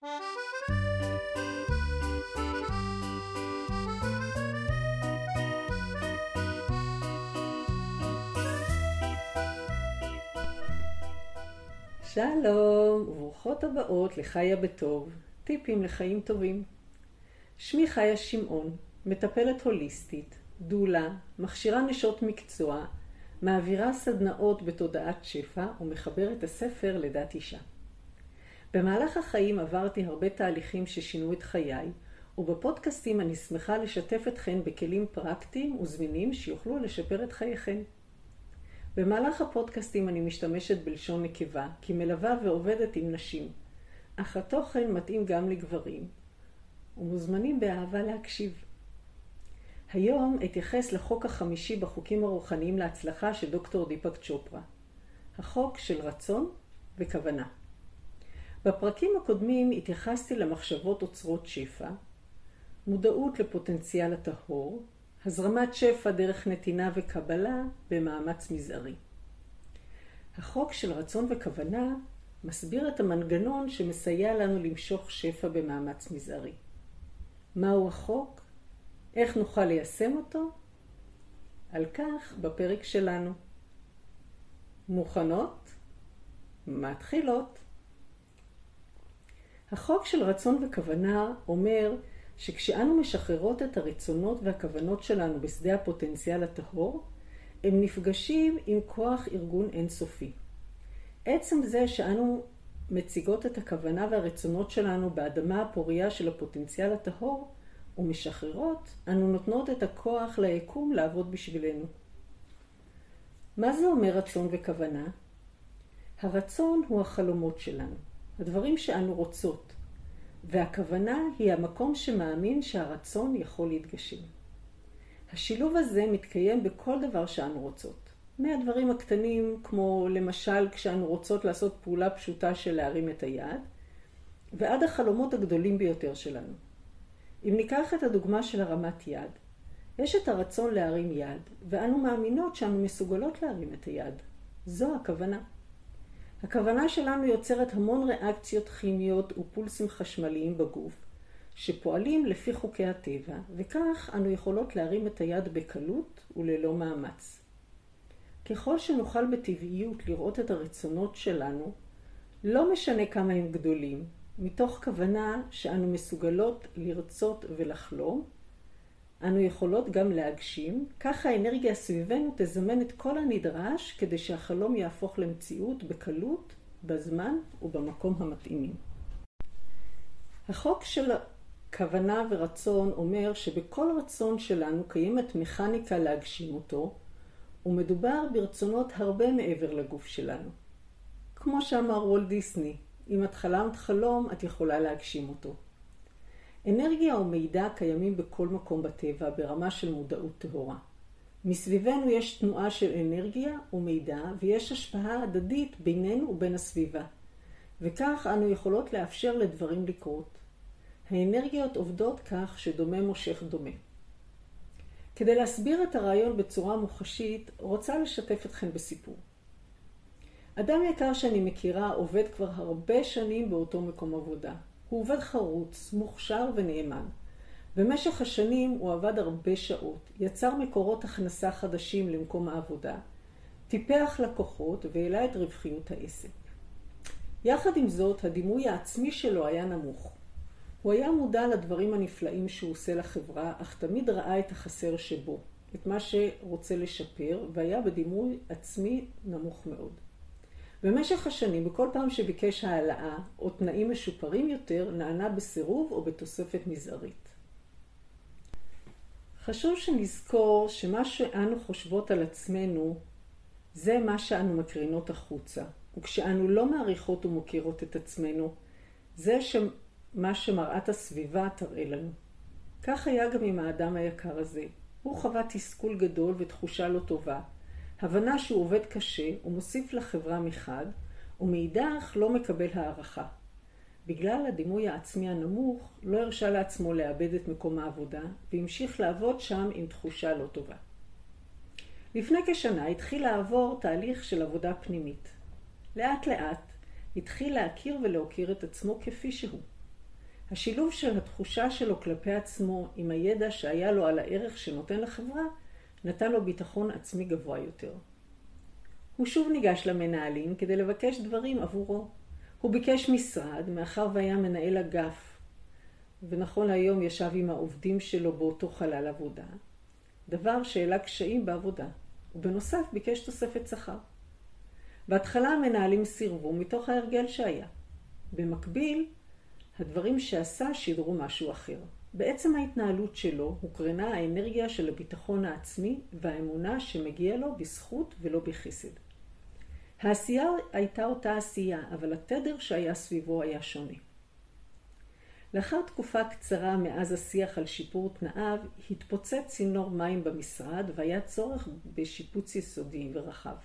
שלום וברוכות הבאות לחיה בטוב, טיפים לחיים טובים. שמי חיה שמעון, מטפלת הוליסטית, דולה, מכשירה נשות מקצוע, מעבירה סדנאות בתודעת שפע ומחברת הספר לידת אישה. במהלך החיים עברתי הרבה תהליכים ששינו את חיי, ובפודקאסטים אני שמחה לשתף אתכן בכלים פרקטיים וזמינים שיוכלו לשפר את חייכן. במהלך הפודקאסטים אני משתמשת בלשון נקבה, כי מלווה ועובדת עם נשים, אך התוכן מתאים גם לגברים, ומוזמנים באהבה להקשיב. היום אתייחס לחוק החמישי בחוקים הרוחניים להצלחה של דוקטור דיפק צ'ופרה, החוק של רצון וכוונה. בפרקים הקודמים התייחסתי למחשבות אוצרות שפע, מודעות לפוטנציאל הטהור, הזרמת שפע דרך נתינה וקבלה במאמץ מזערי. החוק של רצון וכוונה מסביר את המנגנון שמסייע לנו למשוך שפע במאמץ מזערי. מהו החוק? איך נוכל ליישם אותו? על כך בפרק שלנו. מוכנות? מתחילות. החוק של רצון וכוונה אומר שכשאנו משחררות את הרצונות והכוונות שלנו בשדה הפוטנציאל הטהור, הם נפגשים עם כוח ארגון אינסופי. עצם זה שאנו מציגות את הכוונה והרצונות שלנו באדמה הפוריה של הפוטנציאל הטהור ומשחררות, אנו נותנות את הכוח ליקום לעבוד בשבילנו. מה זה אומר רצון וכוונה? הרצון הוא החלומות שלנו, הדברים שאנו רוצות. והכוונה היא המקום שמאמין שהרצון יכול להתגשם. השילוב הזה מתקיים בכל דבר שאנו רוצות. מהדברים הקטנים, כמו למשל כשאנו רוצות לעשות פעולה פשוטה של להרים את היד, ועד החלומות הגדולים ביותר שלנו. אם ניקח את הדוגמה של הרמת יד, יש את הרצון להרים יד, ואנו מאמינות שאנו מסוגלות להרים את היד. זו הכוונה. הכוונה שלנו יוצרת המון ריאקציות כימיות ופולסים חשמליים בגוף, שפועלים לפי חוקי הטבע, וכך אנו יכולות להרים את היד בקלות וללא מאמץ. ככל שנוכל בטבעיות לראות את הרצונות שלנו, לא משנה כמה הם גדולים, מתוך כוונה שאנו מסוגלות לרצות ולחלום, אנו יכולות גם להגשים, כך האנרגיה סביבנו תזמן את כל הנדרש כדי שהחלום יהפוך למציאות בקלות, בזמן ובמקום המתאימים. החוק של כוונה ורצון אומר שבכל רצון שלנו קיימת מכניקה להגשים אותו, ומדובר ברצונות הרבה מעבר לגוף שלנו. כמו שאמר וולט דיסני, אם את חלמת חלום, את יכולה להגשים אותו. אנרגיה ומידע קיימים בכל מקום בטבע ברמה של מודעות טהורה. מסביבנו יש תנועה של אנרגיה ומידע ויש השפעה הדדית בינינו ובין הסביבה. וכך אנו יכולות לאפשר לדברים לקרות. האנרגיות עובדות כך שדומה מושך דומה. כדי להסביר את הרעיון בצורה מוחשית, רוצה לשתף אתכם בסיפור. אדם יקר שאני מכירה עובד כבר הרבה שנים באותו מקום עבודה. הוא עובד חרוץ, מוכשר ונאמן. במשך השנים הוא עבד הרבה שעות, יצר מקורות הכנסה חדשים למקום העבודה, טיפח לקוחות והעלה את רווחיות העסק. יחד עם זאת, הדימוי העצמי שלו היה נמוך. הוא היה מודע לדברים הנפלאים שהוא עושה לחברה, אך תמיד ראה את החסר שבו, את מה שרוצה לשפר, והיה בדימוי עצמי נמוך מאוד. במשך השנים, בכל פעם שביקש העלאה או תנאים משופרים יותר, נענה בסירוב או בתוספת מזערית. חשוב שנזכור שמה שאנו חושבות על עצמנו, זה מה שאנו מקרינות החוצה. וכשאנו לא מעריכות ומוכירות את עצמנו, זה מה שמראת הסביבה תראה לנו. כך היה גם עם האדם היקר הזה. הוא חווה תסכול גדול ותחושה לא טובה. הבנה שהוא עובד קשה ומוסיף לחברה מחד, ומאידך לא מקבל הערכה. בגלל הדימוי העצמי הנמוך, לא הרשה לעצמו לאבד את מקום העבודה, והמשיך לעבוד שם עם תחושה לא טובה. לפני כשנה התחיל לעבור תהליך של עבודה פנימית. לאט לאט התחיל להכיר ולהוקיר את עצמו כפי שהוא. השילוב של התחושה שלו כלפי עצמו עם הידע שהיה לו על הערך שנותן לחברה, נתן לו ביטחון עצמי גבוה יותר. הוא שוב ניגש למנהלים כדי לבקש דברים עבורו. הוא ביקש משרד, מאחר והיה מנהל אגף, ונכון להיום ישב עם העובדים שלו באותו חלל עבודה, דבר שהעלה קשיים בעבודה, ובנוסף ביקש תוספת שכר. בהתחלה המנהלים סירבו מתוך ההרגל שהיה. במקביל, הדברים שעשה שידרו משהו אחר. בעצם ההתנהלות שלו הוקרנה האנרגיה של הביטחון העצמי והאמונה שמגיע לו בזכות ולא בחסד. העשייה הייתה אותה עשייה, אבל התדר שהיה סביבו היה שונה. לאחר תקופה קצרה מאז השיח על שיפור תנאיו, התפוצץ צינור מים במשרד והיה צורך בשיפוץ יסודי ורחב.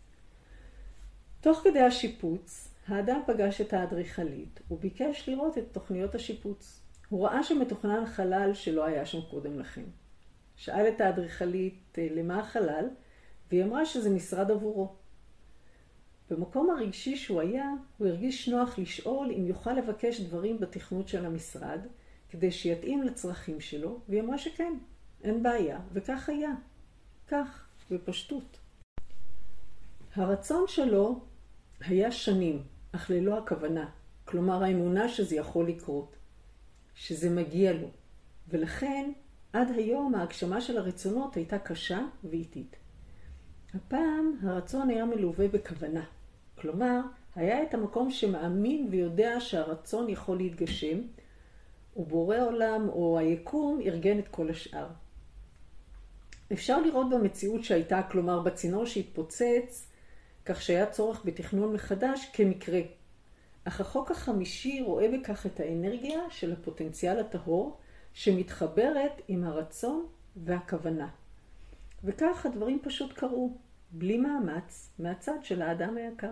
תוך כדי השיפוץ, האדם פגש את האדריכלית וביקש לראות את תוכניות השיפוץ. הוא ראה שמתוכנן חלל שלא היה שם קודם לכן. שאל את האדריכלית למה החלל, והיא אמרה שזה משרד עבורו. במקום הרגשי שהוא היה, הוא הרגיש נוח לשאול אם יוכל לבקש דברים בתכנות של המשרד, כדי שיתאים לצרכים שלו, והיא אמרה שכן, אין בעיה, וכך היה. כך, בפשטות. הרצון שלו היה שנים, אך ללא הכוונה, כלומר האמונה שזה יכול לקרות, שזה מגיע לו, ולכן עד היום ההגשמה של הרצונות הייתה קשה ואיטית. הפעם הרצון היה מלווה בכוונה, כלומר היה את המקום שמאמין ויודע שהרצון יכול להתגשם, ובורא עולם או היקום ארגן את כל השאר. אפשר לראות במציאות שהייתה, כלומר בצינור שהתפוצץ, כך שהיה צורך בתכנון מחדש כמקרה. אך החוק החמישי רואה בכך את האנרגיה של הפוטנציאל הטהור שמתחברת עם הרצון והכוונה. וכך הדברים פשוט קרו, בלי מאמץ, מהצד של האדם היקר.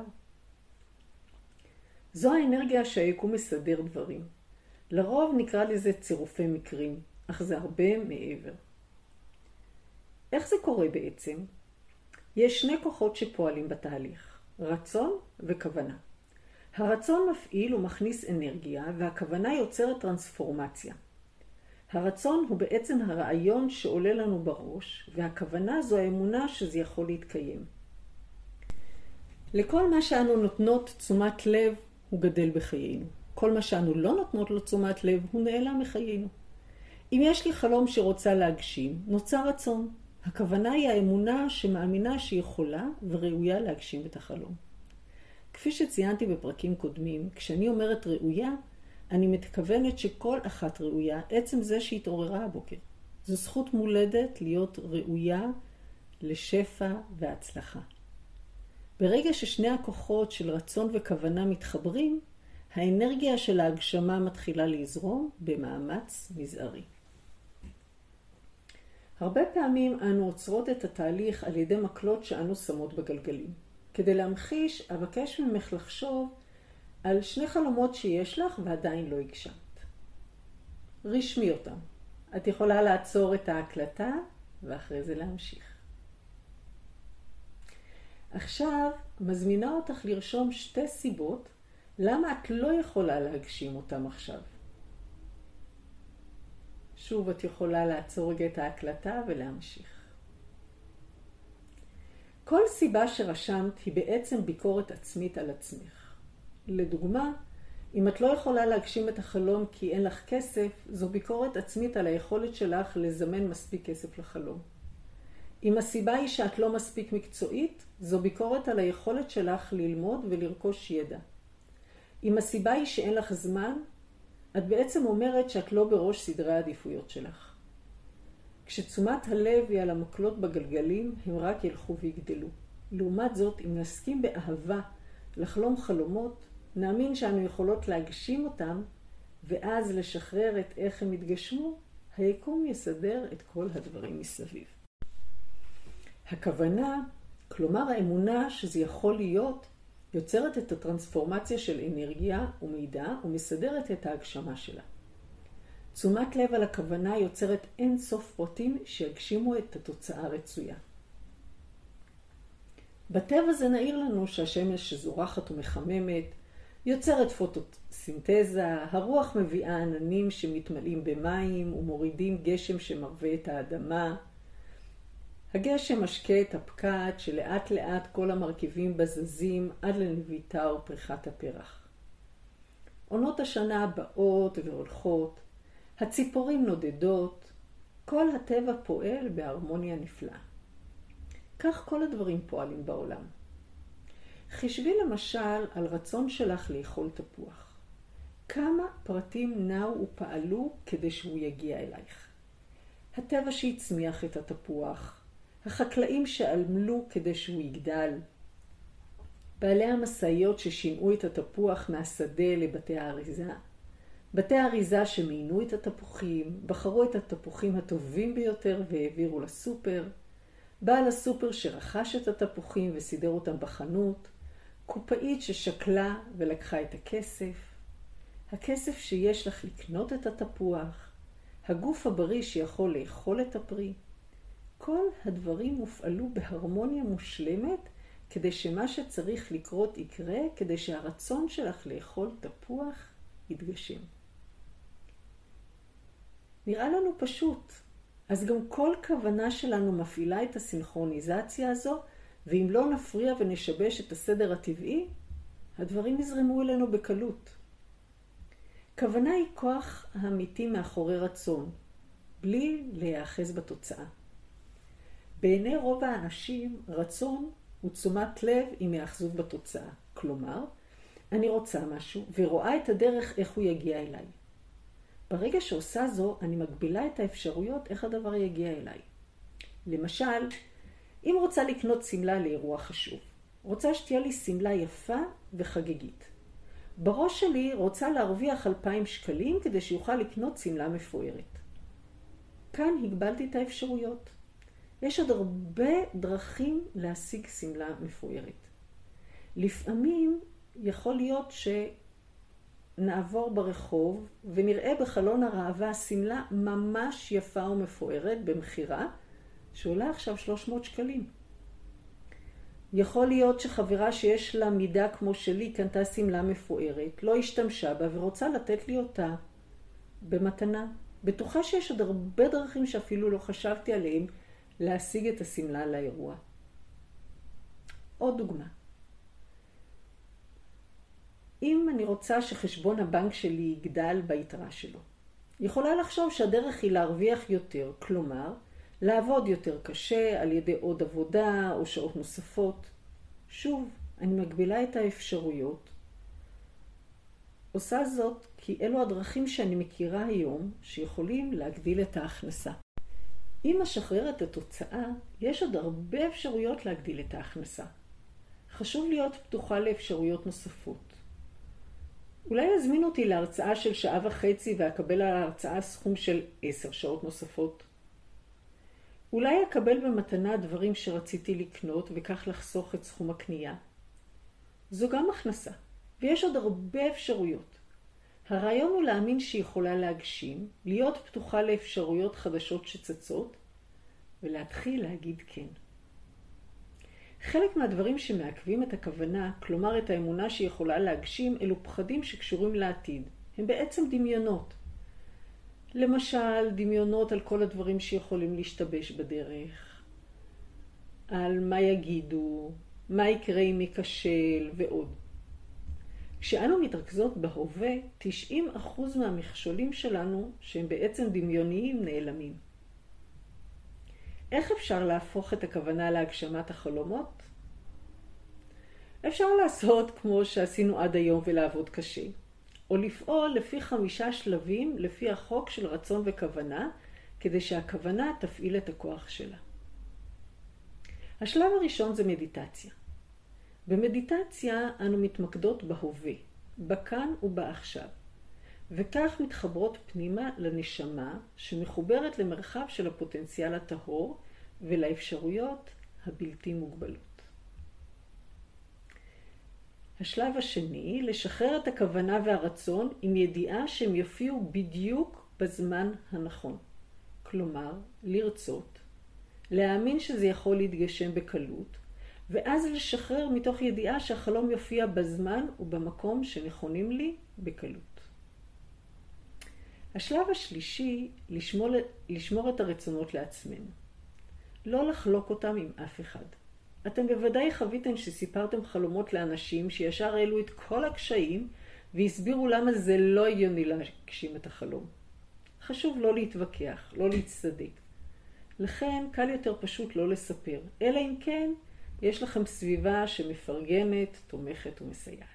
זו האנרגיה שהיקום מסדר דברים. לרוב נקרא לזה צירופי מקרים, אך זה הרבה מעבר. איך זה קורה בעצם? יש שני כוחות שפועלים בתהליך, רצון וכוונה. הרצון מפעיל ומכניס אנרגיה, והכוונה יוצרת טרנספורמציה. הרצון הוא בעצם הרעיון שעולה לנו בראש, והכוונה זו האמונה שזה יכול להתקיים. לכל מה שאנו נותנות תשומת לב, הוא גדל בחיינו. כל מה שאנו לא נותנות לו תשומת לב, הוא נעלם מחיינו. אם יש לי חלום שרוצה להגשים, נוצר רצון. הכוונה היא האמונה שמאמינה שהיא יכולה וראויה להגשים את החלום. כפי שציינתי בפרקים קודמים, כשאני אומרת ראויה, אני מתכוונת שכל אחת ראויה, עצם זה שהתעוררה הבוקר. זו זכות מולדת להיות ראויה לשפע והצלחה. ברגע ששני הכוחות של רצון וכוונה מתחברים, האנרגיה של ההגשמה מתחילה לזרום במאמץ מזערי. הרבה פעמים אנו עוצרות את התהליך על ידי מקלות שאנו שמות בגלגלים. כדי להמחיש, אבקש ממך לחשוב על שני חלומות שיש לך ועדיין לא הגשמת. רשמי אותם. את יכולה לעצור את ההקלטה ואחרי זה להמשיך. עכשיו מזמינה אותך לרשום שתי סיבות למה את לא יכולה להגשים אותם עכשיו. שוב את יכולה לעצור רגע את ההקלטה ולהמשיך. כל סיבה שרשמת היא בעצם ביקורת עצמית על עצמך. לדוגמה, אם את לא יכולה להגשים את החלום כי אין לך כסף, זו ביקורת עצמית על היכולת שלך לזמן מספיק כסף לחלום. אם הסיבה היא שאת לא מספיק מקצועית, זו ביקורת על היכולת שלך ללמוד ולרכוש ידע. אם הסיבה היא שאין לך זמן, את בעצם אומרת שאת לא בראש סדרי העדיפויות שלך. כשתשומת הלב היא על המקלות בגלגלים, הם רק ילכו ויגדלו. לעומת זאת, אם נסכים באהבה לחלום חלומות, נאמין שאנו יכולות להגשים אותם, ואז לשחרר את איך הם יתגשמו, היקום יסדר את כל הדברים מסביב. הכוונה, כלומר האמונה שזה יכול להיות, יוצרת את הטרנספורמציה של אנרגיה ומידע ומסדרת את ההגשמה שלה. תשומת לב על הכוונה יוצרת אין סוף פרטים שיגשימו את התוצאה הרצויה. בטבע זה נעיר לנו שהשמש זורחת ומחממת, יוצרת פוטוסינתזה, הרוח מביאה עננים שמתמלאים במים ומורידים גשם שמרווה את האדמה. הגשם משקה את הפקעת שלאט לאט כל המרכיבים בזזים עד לנביטה ופריחת הפרח. עונות השנה באות והולכות, הציפורים נודדות, כל הטבע פועל בהרמוניה נפלאה. כך כל הדברים פועלים בעולם. חשבי למשל על רצון שלך לאכול תפוח. כמה פרטים נעו ופעלו כדי שהוא יגיע אלייך. הטבע שהצמיח את התפוח, החקלאים שעמלו כדי שהוא יגדל, בעלי המשאיות ששינעו את התפוח מהשדה לבתי האריזה, בתי האריזה שמיינו את התפוחים, בחרו את התפוחים הטובים ביותר והעבירו לסופר, בעל הסופר שרכש את התפוחים וסידר אותם בחנות, קופאית ששקלה ולקחה את הכסף שיש לך לקנות את התפוח, הגוף הבריא שיכול לאכול את הפרי. כל הדברים מופעלו בהרמוניה מושלמת כדי שמה שצריך לקרות יקרה, כדי שהרצון שלך לאכול תפוח יתגשם. נראה לנו פשוט, אז גם כל כוונה שלנו מפעילה את הסינכרוניזציה הזו, ואם לא נפריע ונשבש את הסדר הטבעי, הדברים יזרמו אלינו בקלות. כוונה היא כוח האמיתי מאחורי רצון, בלי להיאחז בתוצאה. בעיני רוב האנשים, רצון הוא תשומת לב עם היאחזות בתוצאה. כלומר, אני רוצה משהו ורואה את הדרך איך הוא יגיע אליי. ברגע שעושה זו, אני מגבילה את האפשרויות איך הדבר יגיע אליי. למשל, אם רוצה לקנות סמלה לאירוע חשוב, רוצה שתהיה לי סמלה יפה וחגיגית. בראש שלי רוצה להרוויח 2,000 שקלים כדי שיוכל לקנות סמלה מפוארת. כאן הגבלתי את האפשרויות. יש עוד הרבה דרכים להשיג סמלה מפוארת. לפעמים יכול להיות שנעבור ברחוב ונראה בחלון הראווה סמלה ממש יפה ומפוארת במחירה, שעולה עכשיו 300 שקלים. יכול להיות שחברה שיש לה מידה כמו שלי קנתה סמלה מפוארת, לא השתמשה בה ורוצה לתת לי אותה במתנה. בטוחה שיש עוד הרבה דרכים שאפילו לא חשבתי עליהם להשיג את הסמלה לאירוע. עוד דוגמה. אם אני רוצה שחשבון הבנק שלי יגדל ביתרה שלו, יכולה לחשוב שהדרך היא להרוויח יותר, כלומר, לעבוד יותר קשה על ידי עוד עבודה או שעות נוספות. שוב, אני מגבילה את האפשרויות. עושה זאת כי אלו הדרכים שאני מכירה היום שיכולים להגדיל את ההכנסה. אם אשחרר את התוצאה, יש עוד הרבה אפשרויות להגדיל את ההכנסה. חשוב להיות פתוחה לאפשרויות נוספות. אולי יזמין אותי להרצאה של 1.5 שעה ואקבל על ההרצאה סכום של 10 שעות נוספות. אולי אקבל במתנה דברים שרציתי לקנות וכך לחסוך את סכום הקנייה. זו גם הכנסה, ויש עוד הרבה אפשרויות. הרעיון הוא להאמין שהיא יכולה להגשים, להיות פתוחה לאפשרויות חדשות שצצות, ולהתחיל להגיד כן. חלק מהדברים שמעכבים את הכוונה, כלומר את האמונה שהיא יכולה להגשים, אלו פחדים שקשורים לעתיד. הם בעצם דמיונות. למשל, דמיונות על כל הדברים שיכולים להשתבש בדרך, על מה יגידו, מה יקרה אם ייכשל ועוד. כשאנו מתרכזות בהווה, 90% מהמכשולים שלנו, שהם בעצם דמיוניים, נעלמים. איך אפשר להפוך את הכוונה להגשמת החלומות? אפשר לעשות כמו שעשינו עד היום ולעבוד קשה, או לפעול לפי 5 שלבים לפי החוק של רצון וכוונה, כדי שהכוונה תפעיל את הכוח שלה. השלב הראשון זה מדיטציה. במדיטציה אנו מתמקדות בהווה, בכאן ובעכשיו, וכך מתחברות פנימה לנשמה שמחוברת למרחב של הפוטנציאל הטהור ולאפשרויות הבלתי מוגבלות. השלב השני, לשחרר את הכוונה והרצון עם ידיעה שהם יופיעו בדיוק בזמן הנכון. כלומר, לרצות, להאמין שזה יכול להתגשם בקלות, ואז לשחרר מתוך ידיעה שהחלום יופיע בזמן ובמקום שנכונים לי בקלות. השלב השלישי, לשמור את הרצונות לעצמנו. לא לחלוק אותם עם אף אחד. אתם בוודאי חוויתם שסיפרתם חלומות לאנשים שישר העלו את כל הקשיים והסבירו למה זה לא הגיוני להגשים את החלום. חשוב לא להתווכח, לא להצטדק. לכן קל יותר פשוט לא לספר, אלא אם כן יש לכם סביבה שמפרגנת, תומכת ומסייעת.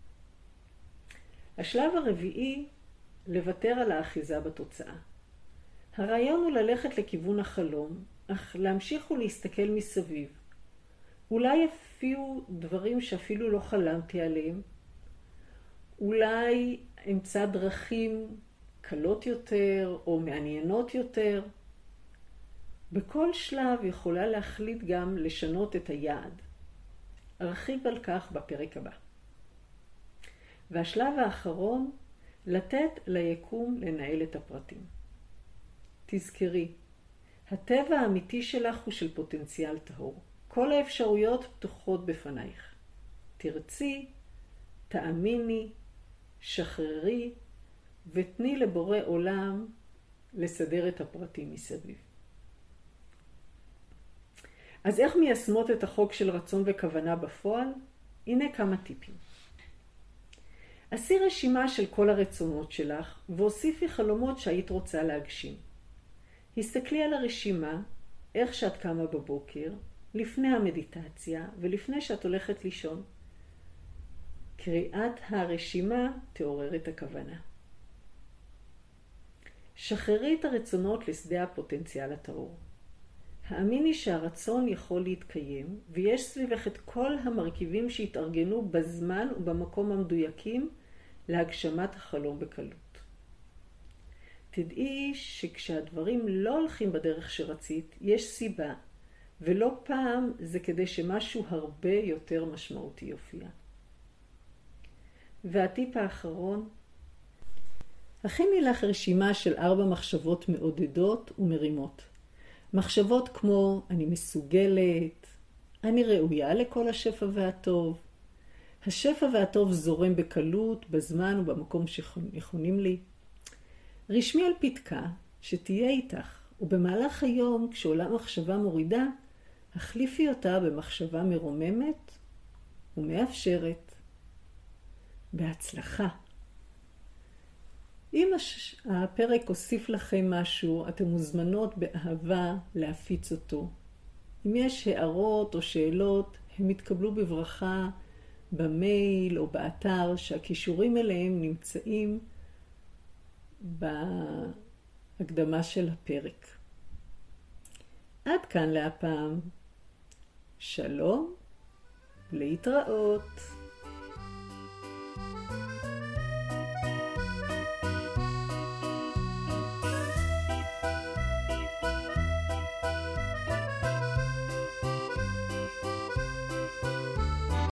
השלב הרביעי, לוותר על האחיזה בתוצאה. הרעיון הוא ללכת לכיוון החלום, אך להמשיך ולהסתכל מסביב. אולי יופיעו דברים שאפילו לא חלמתי עליהם. אולי אמצא דרכים קלות יותר או מעניינות יותר. בכל שלב יכולה להחליט גם לשנות את היעד. ארחיב על כך בפרק הבא. והשלב האחרון, לתת ליקום לנהל את הפרטים. תזכרי, הטבע האמיתי שלך הוא של פוטנציאל טהור. כל האפשרויות פתוחות בפנייך. תרצי, תאמיני, שחררי, ותני לבורא עולם לסדר את הפרטים מסביב. אז איך מיישמות את החוק של רצון וכוונה בפועל? הנה כמה טיפים. עשי רשימה של כל הרצונות שלך, והוסיפי חלומות שהיית רוצה להגשים. הסתכלי על הרשימה, איך שאת קמה בבוקר, לפני המדיטציה ולפני שאת הולכת לישון. קריאת הרשימה תעורר את הכוונה. שחררי את הרצונות לשדה הפוטנציאל הטהור. האמיני שהרצון יכול להתקיים, ויש סביבך את כל המרכיבים שהתארגנו בזמן ובמקום המדויקים להגשמת החלום בקלות. תדעי שכשהדברים לא הולכים בדרך שרצית, יש סיבה, ולא פעם זה כדי שמשהו הרבה יותר משמעותי יופיע. והטיפ האחרון, הכיני לך רשימה של 4 מחשבות מעודדות ומרימות. מחשבות כמו אני מסוגלת, אני ראויה לכל השפע והטוב. השפע והטוב זורם בקלות, בזמן ובמקום שנכונים לי. רשמי על פתקה שתהיה איתך, ובמהלך היום כשעולה מחשבה מורידה, החליפי אותה במחשבה מרוממת ומאפשרת. בהצלחה. אם הפרק הוסיף לכם משהו, אתם מוזמנות באהבה להפיץ אותו. אם יש הערות או שאלות, הם יתקבלו בברכה במייל או באתר שהקישורים אליהם נמצאים בהקדמה של הפרק. עד כאן להפעם. שלום, להתראות.